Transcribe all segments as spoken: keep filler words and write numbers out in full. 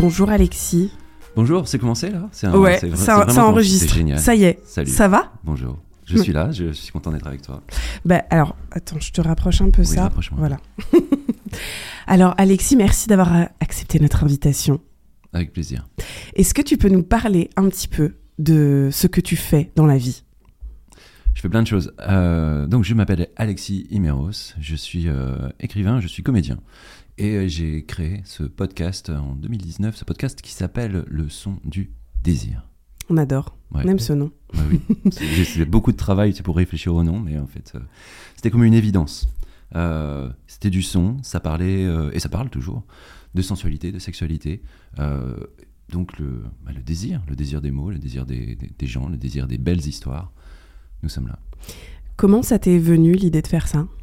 Bonjour Alexis. Bonjour, c'est commencé là c'est un, Ouais, c'est, vra- ça, c'est ça enregistre. C'est génial. Ça y est. Salut. Ça va? Bonjour. Je suis là, je suis content d'être avec toi. Bah alors, attends, je te rapproche un peu Oui, ça. rapproche-moi. Voilà. Alors Alexis, merci d'avoir accepté notre invitation. Avec plaisir. Est-ce que tu peux nous parler un petit peu de ce que tu fais dans la vie? Je fais plein de choses. Euh, donc je m'appelle Alexis Imeros, je suis euh, écrivain, je suis comédien. Et euh, j'ai créé ce podcast en deux mille dix-neuf, ce podcast qui s'appelle Le son du désir. On adore, Ouais. on aime ce nom. Ouais, oui. c'est, j'ai, c'est beaucoup de travail c'est pour réfléchir au nom, mais en fait, euh, c'était comme une évidence. Euh, c'était du son, ça parlait, euh, et ça parle toujours, de sensualité, de sexualité. Euh, donc le, bah, le désir, le désir des mots, le désir des, des, des gens, le désir des belles histoires. Nous sommes là. Comment ça t'est venu l'idée de faire ça?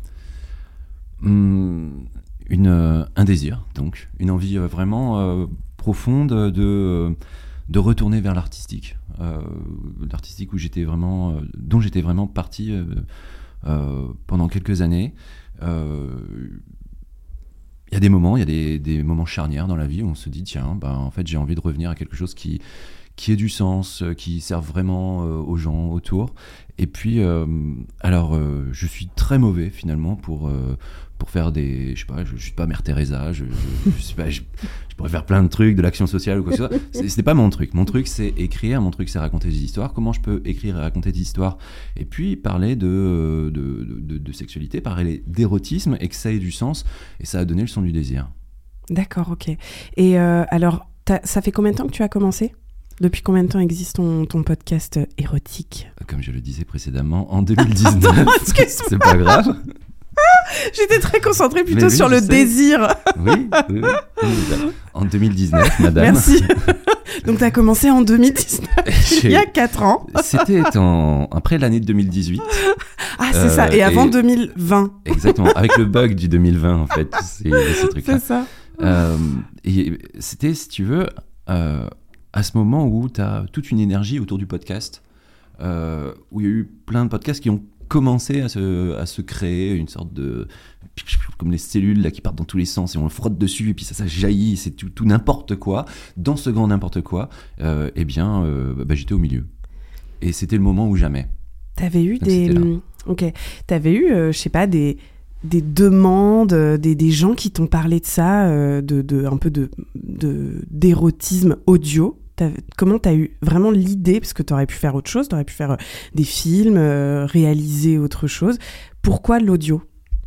Hum, une, euh, un désir, donc, une envie euh, vraiment euh, profonde de, euh, de retourner vers l'artistique. Euh, l'artistique où j'étais vraiment, euh, dont j'étais vraiment parti euh, euh, pendant quelques années. Euh, Il y a des moments, il y a des, des moments charnières dans la vie où on se dit tiens, ben, en fait j'ai envie de revenir à quelque chose qui, qui ait du sens, qui serve vraiment euh, aux gens autour. Et puis, euh, alors euh, je suis très mauvais finalement pour, euh, pour faire des, je sais pas, je, je suis pas Mère Teresa, je, je, je sais pas, je, je pourrais faire plein de trucs, de l'action sociale ou quoi que ce soit. C'est, c'était pas mon truc. Mon truc c'est écrire, mon truc c'est raconter des histoires. Comment je peux écrire et raconter des histoires et puis parler de, de, de, de, de sexualité, parler d'érotisme et que ça ait du sens. Et ça a donné le son du désir. D'accord, ok. Et euh, alors, ça fait combien de temps que tu as commencé? Depuis combien de temps existe ton, ton podcast érotique? Comme je le disais précédemment, en deux mille dix-neuf. C'est pas grave. J'étais très concentrée plutôt Mais oui, sur le sais. désir. Oui, oui, oui. En deux mille dix-neuf, madame. Merci. Donc, tu as commencé en deux mille dix-neuf, il y a quatre ans. C'était en... après l'année de deux mille dix-huit. Ah, c'est euh, ça, et avant et... deux mille vingt. Exactement, avec le bug du deux mille vingt, en fait. C'est, ce truc-là. C'est ça. Euh, et c'était, si tu veux, euh, à ce moment où tu as toute une énergie autour du podcast, euh, où il y a eu plein de podcasts qui ont commencé à se, à se créer, une sorte de... comme les cellules là, qui partent dans tous les sens et on frotte dessus et puis ça, ça jaillit, c'est tout, tout n'importe quoi. Dans ce grand n'importe quoi, euh, eh bien, euh, bah, j'étais au milieu. Et c'était le moment où jamais. T'avais eu Donc, des... Ok. T'avais eu, euh, je sais pas, des... des demandes, des, des gens qui t'ont parlé de ça, euh, de, de, un peu de, de, d'érotisme audio. T'as, comment tu as eu vraiment l'idée, parce que tu aurais pu faire autre chose, tu aurais pu faire euh, des films, euh, réaliser autre chose. Pourquoi l'audio?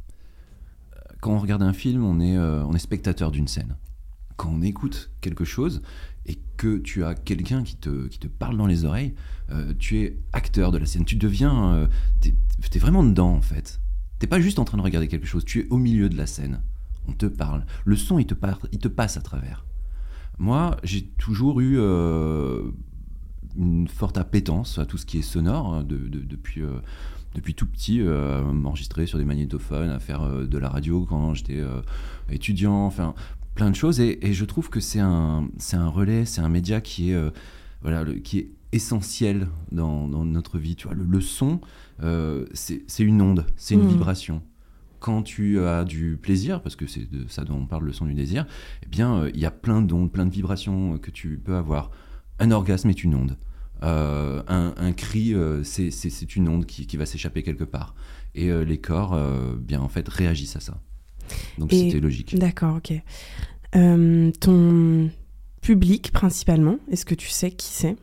Quand on regarde un film, on est, euh, on est spectateur d'une scène. Quand on écoute quelque chose et que tu as quelqu'un qui te, qui te parle dans les oreilles, euh, tu es acteur de la scène. Tu deviens... Euh, t'es, t'es vraiment dedans, en fait. T'es pas juste en train de regarder quelque chose, tu es au milieu de la scène. On te parle. Le son, il te, par... il te passe à travers. Moi, j'ai toujours eu euh, une forte appétence à tout ce qui est sonore, hein, de, de, depuis, euh, depuis tout petit, euh, à m'enregistrer sur des magnétophones, à faire euh, de la radio quand j'étais euh, étudiant, enfin, plein de choses. Et, et je trouve que c'est un, c'est un relais, c'est un média qui est, euh, voilà, le, qui est essentiel dans, dans notre vie. Tu vois, le, le son, euh, c'est, c'est une onde, c'est une mmh. vibration. Quand tu as du plaisir, parce que c'est de ça dont on parle, le son du désir, eh bien, il euh, y a plein d'ondes, plein de vibrations que tu peux avoir. Un orgasme est une onde. Euh, un, un cri, euh, c'est, c'est, c'est une onde qui, qui va s'échapper quelque part. Et euh, les corps, euh, bien, en fait, réagissent à ça. Donc, Et, c'était logique. D'accord, ok. Euh, ton public, principalement, est-ce que tu sais qui c'est?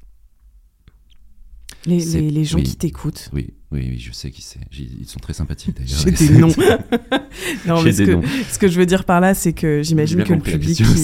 Les, les, les gens oui, qui t'écoutent. Oui, oui, oui, je sais qui c'est. J'ai, ils sont très sympathiques d'ailleurs. J'ai des noms. Non, J'ai mais des ce, noms. Que, ce que je veux dire par là, c'est que j'imagine que le public... Qui...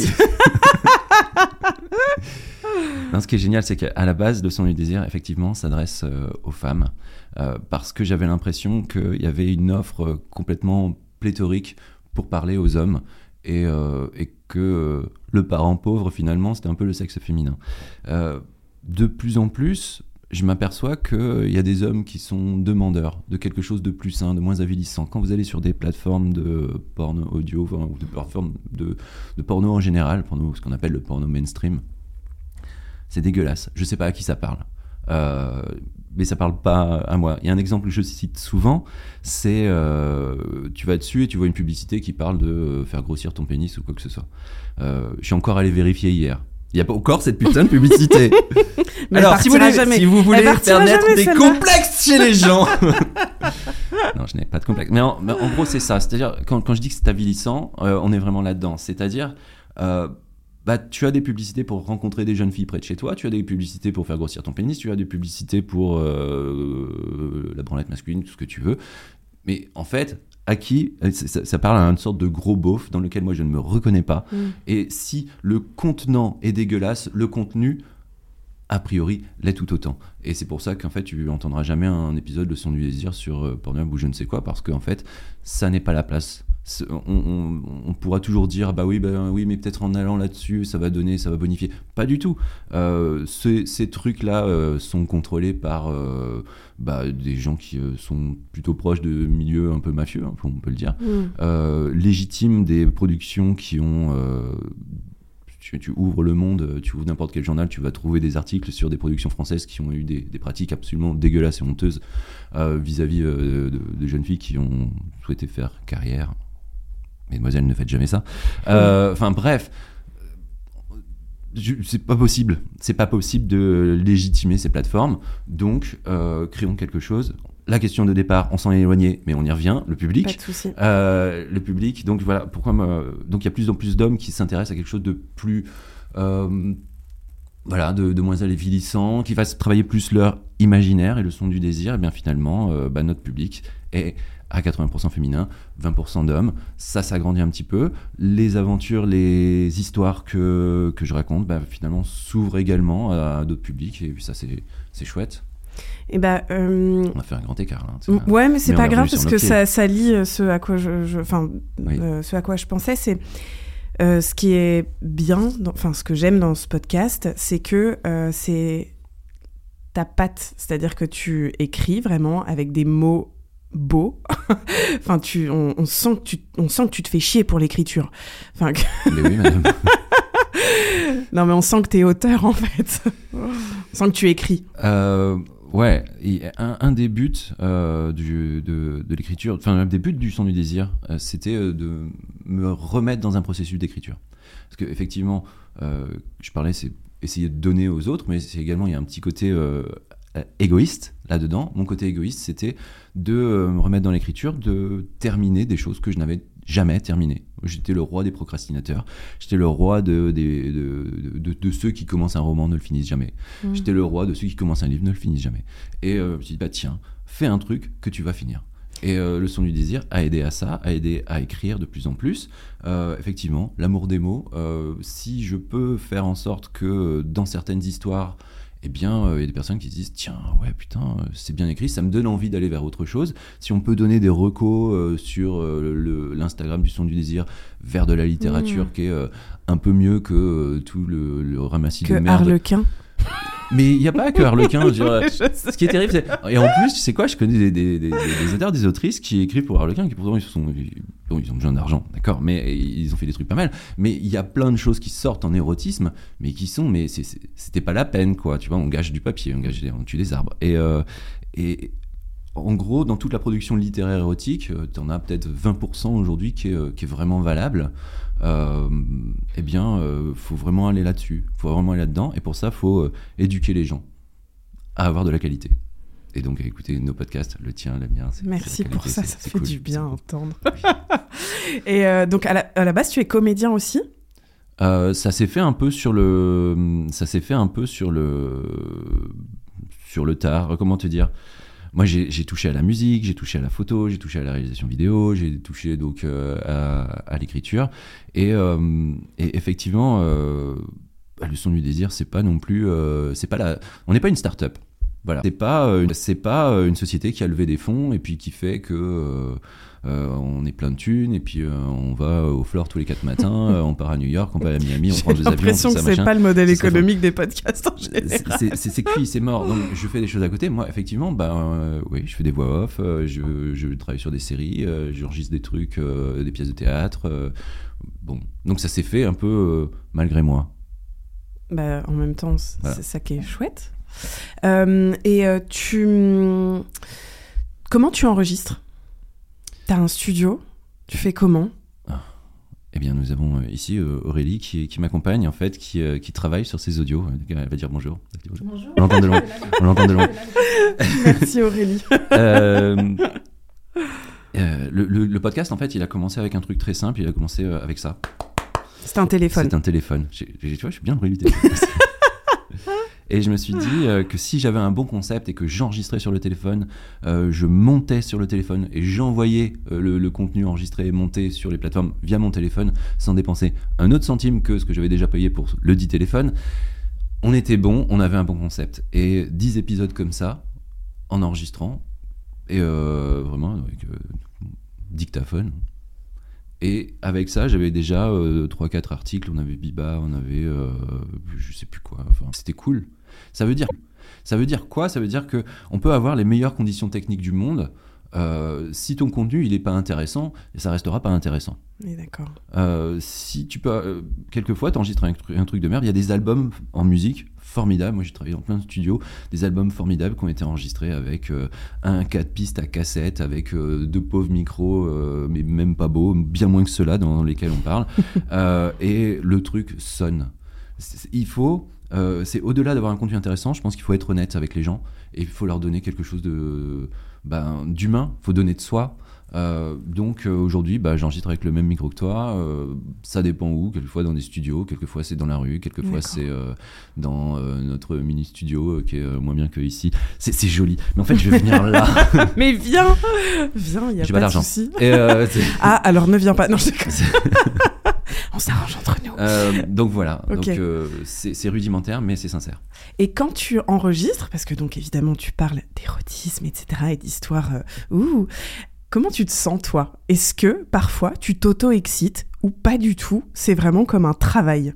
non, ce qui est génial, c'est qu'à la base, le son du désir, effectivement, s'adresse euh, aux femmes. Euh, parce que j'avais l'impression qu'il y avait une offre euh, complètement pléthorique pour parler aux hommes. Et, euh, et que euh, le parent pauvre, finalement, c'était un peu le sexe féminin. Euh, de plus en plus... je m'aperçois qu'il y a des hommes qui sont demandeurs de quelque chose de plus sain, de moins avilissant. Quand vous allez sur des plateformes de porno audio, enfin, ou de plateformes de, de porno en général, porno, ce qu'on appelle le porno mainstream, c'est dégueulasse. Je ne sais pas à qui ça parle. Euh, mais ça parle pas à moi. Il y a un exemple que je cite souvent, c'est euh, tu vas dessus et tu vois une publicité qui parle de faire grossir ton pénis ou quoi que ce soit. Euh, je suis encore allé vérifier hier. Il y a pas encore cette putain de publicité. Mais alors, si vous, voulez, si vous voulez faire naître des celle-là. complexes chez les gens. Non, je n'ai pas de complexe. Mais en, mais en gros, c'est ça. C'est-à-dire, quand, quand je dis que c'est avilissant, euh, on est vraiment là-dedans. C'est-à-dire, euh, bah, tu as des publicités pour rencontrer des jeunes filles près de chez toi, tu as des publicités pour faire grossir ton pénis, tu as des publicités pour euh, la branlette masculine, tout ce que tu veux. Mais en fait, à qui ça, ça parle à une sorte de gros beauf dans lequel moi je ne me reconnais pas. Mm. Et si le contenant est dégueulasse, le contenu, a priori, l'est tout autant. Et c'est pour ça qu'en fait, tu entendras jamais un épisode de Son du désir sur euh, Pornhub ou je ne sais quoi, parce qu'en fait, ça n'est pas la place. On, on, on pourra toujours dire bah oui, bah oui, mais peut-être en allant là-dessus, ça va donner, ça va bonifier. Pas du tout. Euh, ces, ces trucs-là euh, sont contrôlés par euh, bah, des gens qui euh, sont plutôt proches de milieux un peu mafieux, hein, on peut le dire, mmh. euh, légitimes des productions qui ont euh, Tu, tu ouvres Le Monde, tu ouvres n'importe quel journal, tu vas trouver des articles sur des productions françaises qui ont eu des, des pratiques absolument dégueulasses et honteuses euh, vis-à-vis euh, de, de jeunes filles qui ont souhaité faire carrière. Mesdemoiselles, ne faites jamais ça. Enfin euh, bref, je, c'est pas possible. C'est pas possible de légitimer ces plateformes. Donc, euh, créons quelque chose. La question de départ, on s'en est éloigné, mais on y revient. Le public, pas de souci. Euh, le public. Donc voilà, pourquoi me... donc il y a plus en plus d'hommes qui s'intéressent à quelque chose de plus, euh, voilà, de, de moins avilissant, qui fassent travailler plus leur imaginaire et le son du désir. Et bien finalement, euh, bah, notre public est à quatre-vingts pour cent féminin, vingt pour cent d'hommes. Ça s'agrandit un petit peu. Les aventures, les histoires que que je raconte, bah, finalement s'ouvrent également à d'autres publics. Et puis ça, c'est c'est chouette. Et bah, euh... on a fait un grand écart là. Ouais, mais c'est mais pas grave parce que ça, ça lie ce à quoi je, je, enfin, oui. euh, ce à quoi je pensais, c'est euh, ce qui est bien, enfin ce que j'aime dans ce podcast, c'est que euh, c'est ta patte, c'est-à-dire que tu écris vraiment avec des mots beaux. Enfin, tu, on, on sent que tu, on sent que tu te fais chier pour l'écriture. Enfin. Que... Mais oui, madame. Non, mais on sent que t'es auteur en fait. On sent que tu écris. Euh. Ouais, un, un des buts euh, du, de, de l'écriture, enfin un des buts du Son du désir, euh, c'était euh, de me remettre dans un processus d'écriture. Parce qu'effectivement, euh, je parlais, c'est essayer de donner aux autres, mais c'est également, il y a un petit côté euh, égoïste là-dedans. Mon côté égoïste, c'était de euh, me remettre dans l'écriture, de terminer des choses que je n'avais jamais terminées. J'étais le roi des procrastinateurs. J'étais le roi de, de, de, de, de ceux qui commencent un roman, ne le finissent jamais. Mmh. J'étais le roi de ceux qui commencent un livre, ne le finissent jamais. Et euh, je me suis dit, bah tiens, fais un truc que tu vas finir. Et euh, le Son du désir a aidé à ça, a aidé à écrire de plus en plus. Euh, effectivement, l'amour des mots, euh, si je peux faire en sorte que dans certaines histoires, eh bien, il euh, y a des personnes qui se disent « Tiens, ouais, putain, euh, c'est bien écrit, ça me donne envie d'aller vers autre chose. » Si on peut donner des recos euh, sur euh, le, l'Instagram du Son du désir vers de la littérature mmh. qui est euh, un peu mieux que euh, tout le, le ramassis que de merde. Harlequin. Mais il n'y a pas que Harlequin. Je dirais, ce qui est terrible, c'est... Et en plus, tu sais quoi, je connais des, des, des, des auteurs, des autrices qui écrivent pour Harlequin, qui pourtant, ils, sont, bon, ils ont besoin d'argent, d'accord, mais ils ont fait des trucs pas mal. Mais il y a plein de choses qui sortent en érotisme, mais qui sont... Mais c'est, c'est, c'était pas la peine, quoi. Tu vois, on gâche du papier, on, gâche, on tue des arbres. Et... Euh, et en gros, dans toute la production littéraire érotique, euh, tu en as peut-être vingt pour cent aujourd'hui qui est, euh, qui est vraiment valable. Euh, eh bien, il euh, faut vraiment aller là-dessus. Il faut vraiment aller là-dedans. Et pour ça, il faut euh, éduquer les gens à avoir de la qualité. Et donc, à écouter nos podcasts, le tien, le mien. C'est, Merci c'est pour ça, c'est, ça c'est fait cool. du bien à entendre. Et euh, donc, à la, à la base, tu es comédien aussi ? euh, Ça s'est fait un peu sur le... Ça s'est fait un peu sur le... Sur le tard, comment te dire ? Moi, j'ai, j'ai touché à la musique, j'ai touché à la photo, j'ai touché à la réalisation vidéo, j'ai touché donc euh, à, à l'écriture. Et, euh, et effectivement, euh, le Son du désir, c'est pas non plus, euh, c'est pas la, on n'est pas une start-up. Voilà, c'est pas, euh, c'est pas une société qui a levé des fonds et puis qui fait que euh, euh, on est plein de thunes et puis euh, on va au Flore tous les quatre matins, euh, on part à New York, on va à Miami, on J'ai prend des avions. J'ai l'impression que c'est machin. pas le modèle c'est économique des podcasts en général. C'est, c'est, c'est, c'est cuit, c'est mort. Donc je fais des choses à côté. Moi, effectivement, bah euh, oui, je fais des voix off, euh, je, je travaille sur des séries, euh, j'enregistre des trucs, euh, des pièces de théâtre. Euh, bon, donc ça s'est fait un peu euh, malgré moi. Bah en même temps, c'est, voilà. c'est ça qui est chouette. Euh, et euh, tu... Comment tu enregistres ? T'as un studio ? Tu fais comment ? Eh bien, nous avons ici euh, Aurélie qui, qui m'accompagne, en fait, qui, euh, qui travaille sur ces audios. Elle va dire bonjour. Bonjour. bonjour. On l'entend de loin. On l'entend de loin. Merci Aurélie. euh, euh, le, le, le podcast, en fait, il a commencé avec un truc très simple. Il a commencé euh, avec ça. C'est un téléphone. C'est un téléphone. J'ai, j'ai, tu vois, je suis bien le bruit du téléphone. Et je me suis dit euh, que si j'avais un bon concept et que j'enregistrais sur le téléphone, euh, je montais sur le téléphone et j'envoyais euh, le, le contenu enregistré et monté sur les plateformes via mon téléphone sans dépenser un autre centime que ce que j'avais déjà payé pour le dit téléphone, on était bon, on avait un bon concept. Et dix épisodes comme ça, en enregistrant, et euh, vraiment avec euh, dictaphone. Et avec ça, j'avais déjà euh, trois quatre articles, on avait Biba, on avait euh, je sais plus quoi, enfin, c'était cool. Ça veut dire, ça veut dire quoi ? Ça veut dire qu'on peut avoir les meilleures conditions techniques du monde. Euh, si ton contenu il est pas intéressant, ça restera pas intéressant. Oui, d'accord. Euh, si tu peux, euh, quelquefois, t'enregistres un, un truc de merde. Il y a des albums en musique formidables. Moi, j'ai travaillé dans plein de studios, des albums formidables qui ont été enregistrés avec euh, un quatre pistes à cassette, avec euh, deux pauvres micros, euh, mais même pas beaux, bien moins que ceux-là dans lesquels on parle. euh, et le truc sonne. C'est, il faut. Euh, c'est au-delà d'avoir un contenu intéressant, je pense qu'il faut être honnête avec les gens et il faut leur donner quelque chose de, ben, d'humain, il faut donner de soi. Euh, donc euh, aujourd'hui, bah, j'enregistre avec le même micro que toi, euh, ça dépend où, quelquefois dans des studios, quelquefois c'est dans la rue, quelquefois D'accord. c'est euh, dans euh, notre mini-studio euh, qui est euh, moins bien que ici. C'est, c'est joli, mais en fait je vais venir là. Mais viens, viens, il n'y a J'ai pas, pas de d'argent. souci. Et, euh, ah, alors ne viens pas, non je déconne. On s'arrange entre nous. Euh, donc voilà, okay. donc, euh, c'est, c'est rudimentaire, mais c'est sincère. Et quand tu enregistres, parce que donc évidemment tu parles d'érotisme, et cetera, et d'histoire, euh, ouh, comment tu te sens toi ? Est-ce que parfois tu t'auto-excites ou pas du tout ? C'est vraiment comme un travail.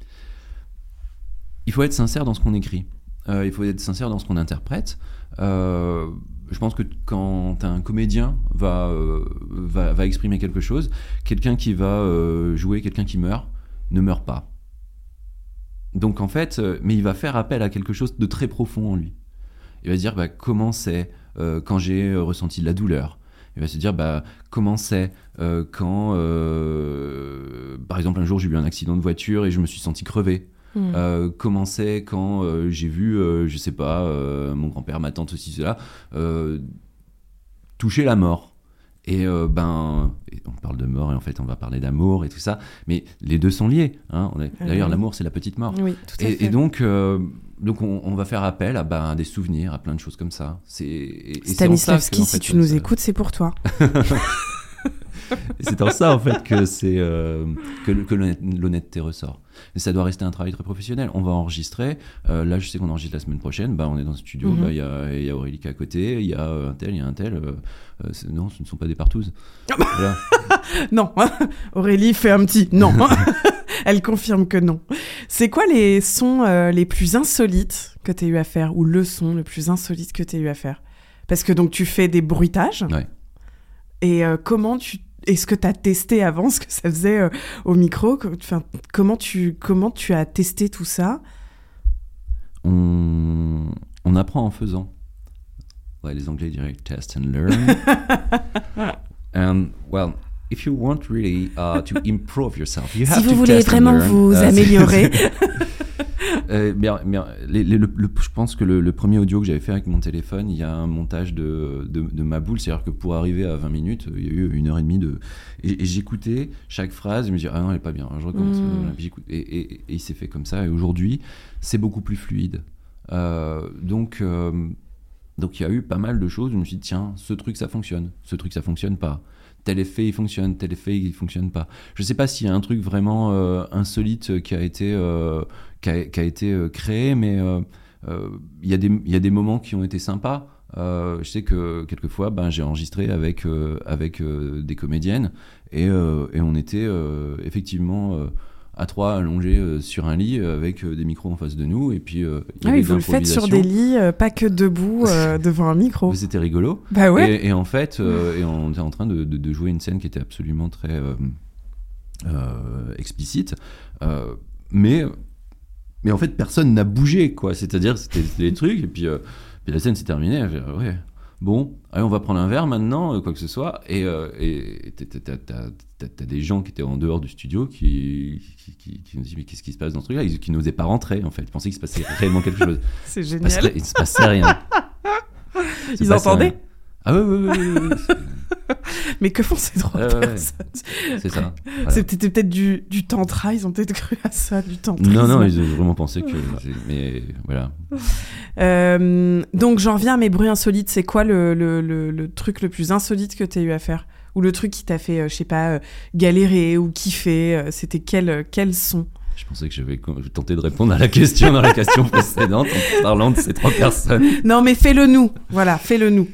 Il faut être sincère dans ce qu'on écrit. Euh, il faut être sincère dans ce qu'on interprète. Euh, je pense que quand un comédien va, euh, va, va exprimer quelque chose, quelqu'un qui va euh, jouer quelqu'un qui meurt ne meurt pas. Donc en fait, euh, mais il va faire appel à quelque chose de très profond en lui. Il va se dire bah, comment c'est euh, quand j'ai ressenti de la douleur. Il va se dire bah, comment c'est euh, quand, euh, par exemple, un jour j'ai eu un accident de voiture et je me suis senti crevé. Mmh. Euh, comment c'est quand euh, j'ai vu, euh, je sais pas, euh, mon grand-père, ma tante, ceci, cela, euh, toucher la mort. Et euh, ben, et on parle de mort et en fait on va parler d'amour et tout ça, mais les deux sont liés. Hein. On est, ah, d'ailleurs, oui. L'amour c'est la petite mort. Oui, tout à et, fait. Et donc, euh, donc on, on va faire appel à, ben, à des souvenirs, à plein de choses comme ça. C'est, et, Stanislavski, et si fait, tu nous ça... écoutes, c'est pour toi. Et c'est en ça en fait que c'est euh, que, que l'honnêteté ressort. Et ça doit rester un travail très professionnel. On va enregistrer. Euh, là, je sais qu'on enregistre la semaine prochaine. Bah, on est dans un studio. Il mm-hmm. bah, y, a, y a Aurélie qui est à côté. Il y a un tel, il y a un tel. Euh, euh, non, ce ne sont pas des partouzes. Voilà. Non, Aurélie fait un petit non. Elle confirme que non. C'est quoi les sons euh, les plus insolites que tu as eu à faire, ou le son le plus insolite que tu as eu à faire ? Parce que donc tu fais des bruitages. Ouais. Et euh, comment tu Est-ce que tu as testé avant ce que ça faisait euh, au micro ? Enfin, comment, tu, comment tu as testé tout ça ? on, on apprend en faisant. Ouais, les Anglais diraient « test and learn ». And, well, if you want really uh, to improve yourself, you si have vous to voulez test vraiment and learn. vous uh, améliorer. Euh, mais, mais les, les, le, le, je pense que le, le premier audio que j'avais fait avec mon téléphone, il y a un montage de, de, de ma boule, c'est-à-dire que pour arriver à vingt minutes, il y a eu une heure et demie de... Et, et j'écoutais chaque phrase, et je me disais, ah non, elle est pas bien, je recommence. Mmh. J'écoute, et, et, et il s'est fait comme ça, et aujourd'hui, c'est beaucoup plus fluide. Euh, donc, euh, donc il y a eu pas mal de choses où je me suis dit, tiens, ce truc, ça fonctionne, ce truc, ça fonctionne pas. Tel effet, il fonctionne, tel effet, il fonctionne pas. Je sais pas s'il y a un truc vraiment euh, insolite qui a été... Euh, Qui a, qui a été euh, créé, mais il euh, euh, y, y a des moments qui ont été sympas. Euh, je sais que quelquefois, ben, j'ai enregistré avec, euh, avec euh, des comédiennes et, euh, et on était euh, effectivement euh, à trois allongés euh, sur un lit avec euh, des micros en face de nous. Et puis, euh, y ah avait oui, vous le faites sur des lits, euh, pas que debout euh, devant un micro. C'était rigolo. Bah ouais. Et, et en fait, euh, et on était en train de, de, de jouer une scène qui était absolument très euh, euh, explicite. Euh, mais mais en fait, personne n'a bougé, quoi. C'est-à-dire, c'était, c'était des trucs, et puis, euh, puis la scène s'est terminée. J'ai dit, ouais, bon, allez, on va prendre un verre maintenant, euh, quoi que ce soit. Et, euh, et t'as, t'as, t'as, t'as, t'as des gens qui étaient en dehors du studio qui, qui, qui, qui nous disent, mais qu'est-ce qui se passe dans ce truc-là? Ils qui n'osaient pas rentrer, en fait. Ils pensaient qu'il se passait réellement quelque chose. C'est génial. Parce qu'il ne se passait rien. Ils entendaient rien. Ah oui, oui, oui. oui, oui. Mais que font ces trois ouais, personnes? C'est ça. Voilà. C'était peut-être du, du tantra, ils ont peut-être cru à ça, du tantra. Non, non, ils ont vraiment pensé que... Mais voilà. Euh, donc j'en reviens à mes bruits insolites. C'est quoi le, le, le, le truc le plus insolite que tu as eu à faire? Ou le truc qui t'a fait, euh, je sais pas, euh, galérer ou kiffer? euh, C'était quel, quel son? Je pensais que j'avais tenté de répondre à la question dans la question précédente en parlant de ces trois personnes. Non, mais fais-le nous. Voilà, fais-le nous.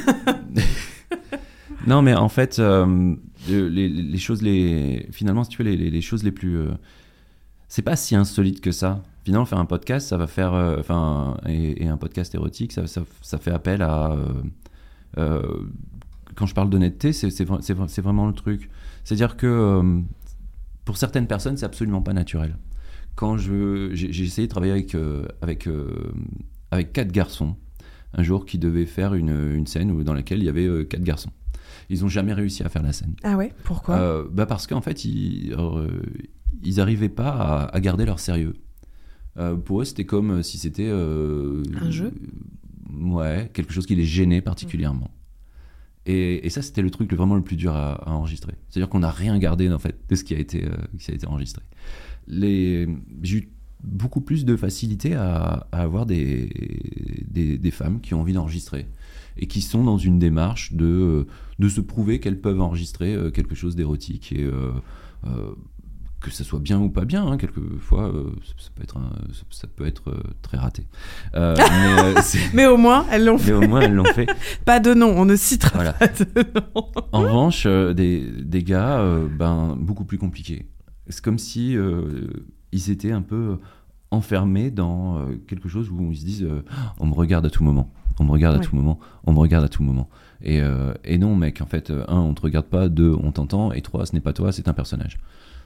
Non, mais en fait, euh, les, les choses les... Finalement, si tu veux, les, les choses les plus... Euh... C'est pas si insolite que ça. Finalement, faire un podcast, ça va faire... Enfin, euh, et, et un podcast érotique, ça, ça, ça fait appel à... Euh, euh, quand je parle d'honnêteté, c'est, c'est, c'est, c'est vraiment le truc. C'est-à-dire que... Euh, pour certaines personnes, c'est absolument pas naturel. Quand je, j'ai, j'ai essayé de travailler avec, euh, avec, euh, avec quatre garçons, un jour, qui devaient faire une, une scène où, dans laquelle il y avait euh, quatre garçons. Ils n'ont jamais réussi à faire la scène. Ah ouais? Pourquoi? euh, bah Parce qu'en fait, ils euh, ils n'arrivaient pas à, à garder leur sérieux. Euh, pour eux, c'était comme si c'était... Euh, un jeu? Ouais, quelque chose qui les gênait particulièrement. Mmh. Et, et ça, c'était le truc vraiment le plus dur à, à enregistrer. C'est-à-dire qu'on n'a rien gardé, en fait, de ce qui a été, euh, qui a été enregistré. Les, j'ai eu beaucoup plus de facilité à, à avoir des, des, des femmes qui ont envie d'enregistrer et qui sont dans une démarche de, de se prouver qu'elles peuvent enregistrer quelque chose d'érotique. Et euh, euh, que ça soit bien ou pas bien, hein, quelquefois, euh, ça, ça peut être, un, ça, ça peut être euh, très raté. Euh, mais, euh, mais au moins, elles l'ont fait. Mais au moins, elles l'ont fait. Pas de nom, on ne citera voilà. pas de nom. En revanche, euh, des, des gars, euh, ben, beaucoup plus compliqués. C'est comme si euh, ils étaient un peu enfermés dans euh, quelque chose où ils se disent euh, « on me regarde à tout moment, on me regarde à ouais. tout moment, on me regarde à tout moment ». Et, euh, et non, mec, en fait, un, on te regarde pas, deux, on t'entend, et trois, ce n'est pas toi, c'est un personnage.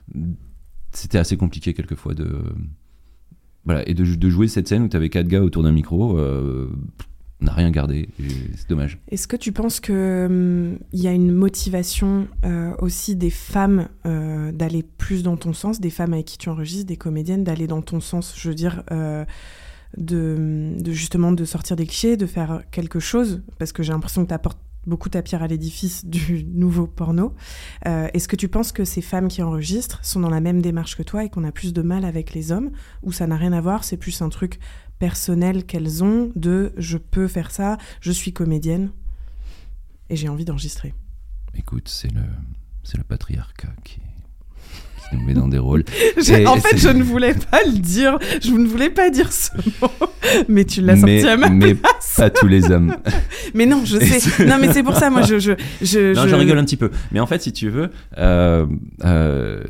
C'était assez compliqué quelquefois de voilà et de, de jouer cette scène où tu avais quatre gars autour d'un micro. Euh, on n'a rien gardé, c'est dommage. Est-ce que tu penses qu'il hum, y a une motivation euh, aussi des femmes euh, d'aller plus dans ton sens, des femmes avec qui tu enregistres, des comédiennes, d'aller dans ton sens, je veux dire, euh, de, de justement de sortir des clichés, de faire quelque chose, parce que j'ai l'impression que tu apportes beaucoup ta pierre à l'édifice du nouveau porno. Euh, est-ce que tu penses que ces femmes qui enregistrent sont dans la même démarche que toi et qu'on a plus de mal avec les hommes, ou ça n'a rien à voir, c'est plus un truc personnel qu'elles ont de « je peux faire ça, je suis comédienne et j'ai envie d'enregistrer ». Écoute, c'est le, c'est le patriarcat qui... qui nous met dans des rôles. Et, en fait, je ne voulais pas le dire, je ne voulais pas dire ce mot, mais tu l'as mais, sorti à ma mais place. Pas tous les hommes. Mais non, je sais. Non, mais c'est pour ça, moi, je... je, je non, je... je rigole un petit peu. Mais en fait, si tu veux... Euh, euh,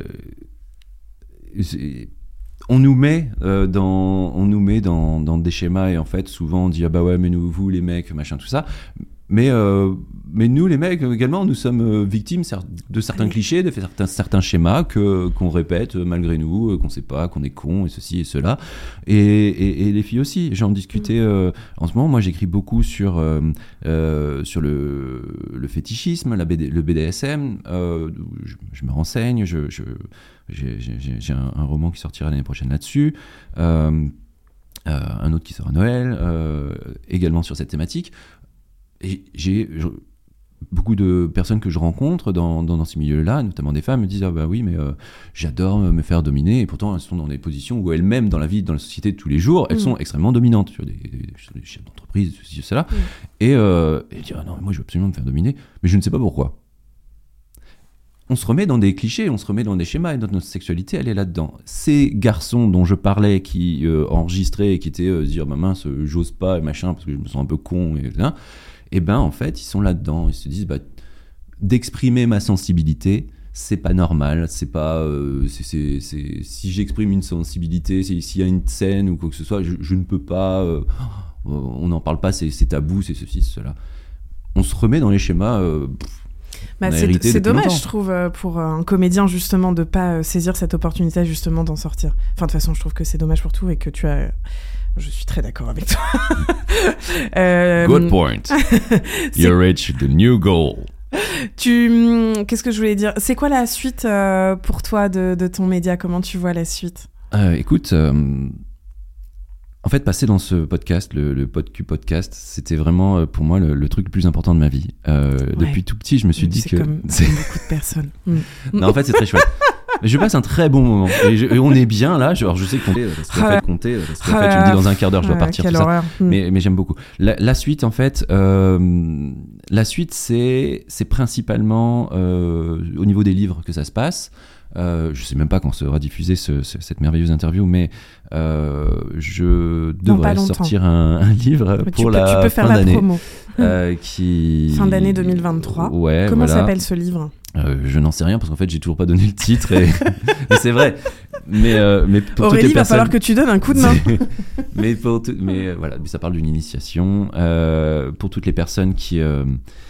on nous met, euh, dans, on nous met dans, dans des schémas et en fait, souvent, on dit « Ah bah ouais, mais nous, vous, les mecs, machin, tout ça ». Mais, euh, mais nous, les mecs, également, nous sommes victimes de certains oui. clichés, de certains, certains schémas que, qu'on répète malgré nous, qu'on ne sait pas, qu'on est con, et ceci et cela. Et, et, et les filles aussi. J'en discutais euh, en ce moment. Moi, j'écris beaucoup sur, euh, euh, sur le, le fétichisme, la B D, le B D S M. Euh, je, je me renseigne. Je, je, j'ai, j'ai, j'ai un, un roman qui sortira l'année prochaine là-dessus. Euh, euh, un autre qui sort à Noël, euh, également sur cette thématique. Et j'ai je, beaucoup de personnes que je rencontre dans, dans, dans ces milieux-là, notamment des femmes, me disent « Ah bah oui, mais euh, j'adore me faire dominer ». Et pourtant, elles sont dans des positions où elles-mêmes, dans la vie, dans la société de tous les jours, elles mmh. sont extrêmement dominantes sur des, sur des chefs d'entreprise, ceci, cela. Mmh. Et, euh, et elles disent « Ah non, moi je veux absolument me faire dominer, mais je ne sais pas pourquoi ». On se remet dans des clichés, on se remet dans des schémas, et notre sexualité, elle est là-dedans. Ces garçons dont je parlais, qui euh, enregistraient et qui étaient euh, dire bah, « mince, j'ose pas, et machin, parce que je me sens un peu con », et là, et ben en fait ils sont là-dedans, ils se disent bah, d'exprimer ma sensibilité c'est pas normal, c'est pas euh, c'est, c'est, c'est, si j'exprime une sensibilité, c'est, s'il y a une scène ou quoi que ce soit, je, je ne peux pas, euh, on n'en parle pas, c'est, c'est tabou, c'est ceci, c'est cela. On se remet dans les schémas. Euh, Bah, on a c'est hérité c'est depuis dommage, longtemps. je trouve, euh, pour un comédien, justement, de pas euh, saisir cette opportunité, justement, d'en sortir. Enfin, de toute façon, je trouve que c'est dommage pour tout et que tu as... Je suis très d'accord avec toi. euh, Good point. You reach the new goal. Tu... Qu'est-ce que je voulais dire ? C'est quoi la suite euh, pour toi de, de ton média ? Comment tu vois la suite ? Euh, écoute, euh, en fait, passer dans ce podcast, le, le PodQ podcast, c'était vraiment euh, pour moi le, le truc le plus important de ma vie. Euh, ouais. Depuis tout petit, je me suis dit c'est que... Comme, c'est comme beaucoup de personnes. Mm. Non, en fait, c'est très chouette. Je passe un très bon moment. Et, je, et on est bien là. Je, alors je sais compter, parce qu'en ah, fait, compter, parce qu'en fait, tu me dis dans un quart d'heure, je dois ah, partir. Quelle tout horreur. ça. Mm. Mais, mais j'aime beaucoup. La, la suite, en fait, euh, la suite, c'est, c'est principalement euh, au niveau des livres que ça se passe. Euh, je sais même pas quand sera diffusée ce, ce, cette merveilleuse interview, mais euh, je devrais sortir un, un livre mais pour tu la peux, tu peux fin faire la d'année. Promo. Euh, qui... Fin d'année deux mille vingt-trois. Ouais, Comment voilà. s'appelle ce livre ? Euh, je n'en sais rien parce qu'en fait j'ai toujours pas donné le titre et, et c'est vrai. Mais euh, mais pour Aurélie, toutes les il personnes... va falloir que tu donnes un coup de main. mais pour tout... mais euh, voilà, ça parle d'une initiation euh, pour toutes les personnes qui euh,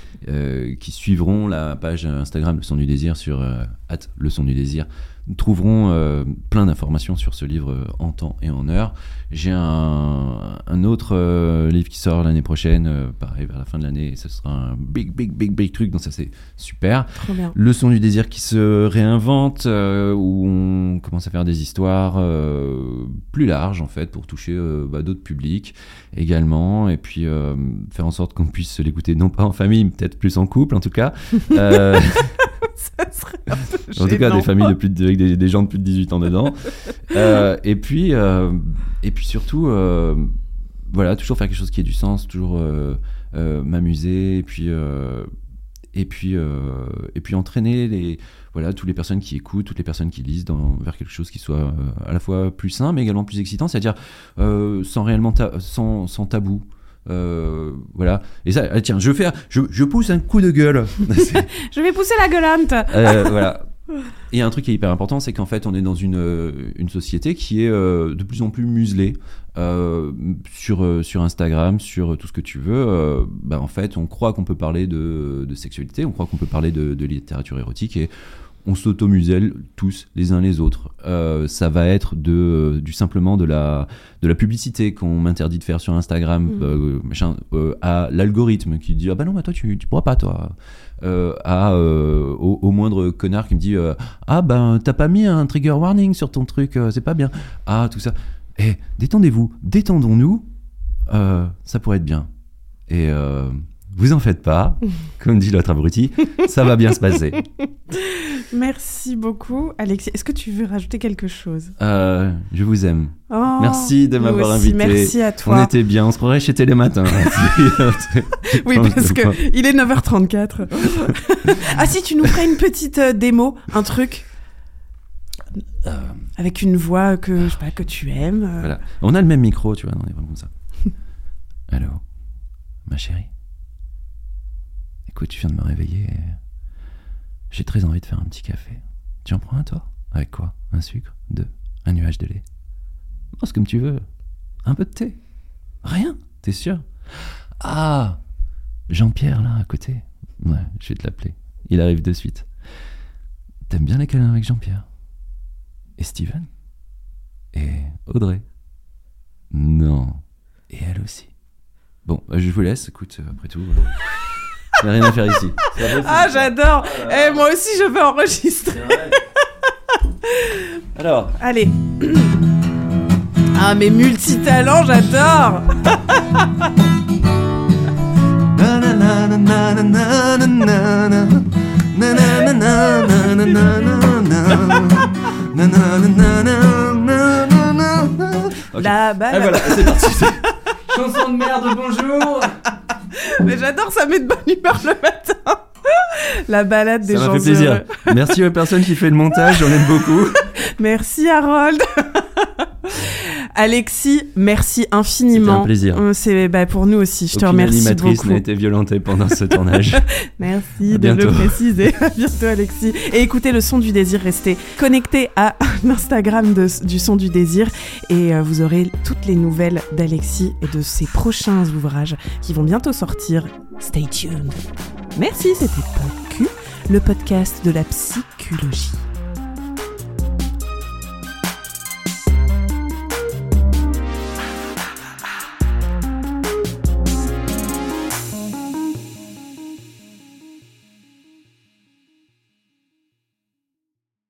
euh, qui suivront la page Instagram Le Son du Désir sur euh, arobase Le Son du Désir. Trouveront euh, plein d'informations sur ce livre euh, en temps et en heure. J'ai un, un autre euh, livre qui sort l'année prochaine, euh, pareil vers la fin de l'année, et ce sera un big, big, big, big truc, donc ça c'est super. Trop bien. Le Son du Désir qui se réinvente, euh, où on commence à faire des histoires euh, plus larges en fait, pour toucher euh, bah, d'autres publics également, et puis euh, faire en sorte qu'on puisse l'écouter non pas en famille, mais peut-être plus en couple en tout cas. Euh, Ça serait un peu en tout cas, gênant. des familles de plus de, avec des, des gens de plus de dix-huit ans dedans. euh, et puis, euh, et puis surtout, euh, voilà, toujours faire quelque chose qui ait du sens, toujours euh, euh, m'amuser, et puis, euh, et puis, euh, et puis entraîner les, voilà, toutes les personnes qui écoutent, toutes les personnes qui lisent, dans, vers quelque chose qui soit euh, à la fois plus sain, mais également plus excitant, c'est-à-dire euh, sans réellement, ta- sans, sans tabou. Euh, voilà. Et ça, ah, tiens, je fais, je, je pousse un coup de gueule. Je vais pousser la gueulante. Euh, voilà. Et un truc qui est hyper important, c'est qu'en fait, on est dans une, une société qui est euh, de plus en plus muselée euh, sur, euh, sur Instagram, sur tout ce que tu veux. Euh, bah, en fait, on croit qu'on peut parler de, de sexualité, on croit qu'on peut parler de, de littérature érotique et on s'automuselle tous les uns les autres. Euh, ça va être de, du simplement de la, de la publicité qu'on m'interdit de faire sur Instagram, mmh. euh, machin, euh, à l'algorithme qui dit ah bah non, bah toi tu, tu pourras pas toi. Euh, à euh, au, au moindre connard qui me dit euh, ah ben t'as pas mis un trigger warning sur ton truc, euh, c'est pas bien. Ah tout ça. Eh détendez-vous, détendons-nous. Euh, ça pourrait être bien. Et euh, vous en faites pas, comme dit l'autre abruti, ça va bien se passer. Merci beaucoup, Alexis. Est-ce que tu veux rajouter quelque chose ? euh, Je vous aime. Oh, merci de m'avoir aussi, invité. Merci à toi. On était bien, on se croirait chez Télématin. Oui, parce que il est neuf heures trente-quatre. Ah si, tu nous ferais une petite euh, démo, un truc euh, avec une voix que je sais pas que tu aimes. Euh... Voilà. On a le même micro, tu vois, on est vraiment comme ça. Allô, ma chérie. Écoute, tu viens de me réveiller. Et... j'ai très envie de faire un petit café. Tu en prends un, toi ? Avec quoi ? Un sucre ? Deux ? Un nuage de lait ? Oh, c'est comme tu veux. Un peu de thé ? Rien ? T'es sûr ? Ah ! Jean-Pierre, là, à côté. Ouais, je vais te l'appeler. Il arrive de suite. T'aimes bien les câlins avec Jean-Pierre ? Et Steven ? Et Audrey ? Non. Et elle aussi. Bon, je vous laisse. Écoute, après tout... il n'y a rien à faire ici. Ah, j'adore. Euh, eh, moi aussi, je veux enregistrer. Alors. Allez. Ah, mais multitalent, j'adore. Okay. La balade. Ah, voilà, c'est parti. Chanson de merde, bonjour. Mais j'adore, ça met de bonne humeur le matin. La balade des gens heureux. Ça m'a fait plaisir. Merci aux personnes qui font le montage, j'en aime beaucoup. Merci Harold. Alexis, merci infiniment. C'était un plaisir. C'est bah, pour nous aussi. Je Aucune te remercie animatrice beaucoup. n'a été violentée pendant ce tournage. Merci à de bientôt. le préciser. À bientôt, Alexis. Et écoutez le son du désir. Restez connectés à l'Instagram de, du son du désir et euh, vous aurez toutes les nouvelles d'Alexis et de ses prochains ouvrages qui vont bientôt sortir. Stay tuned. Merci, c'était PodQ, le podcast de la psychologie.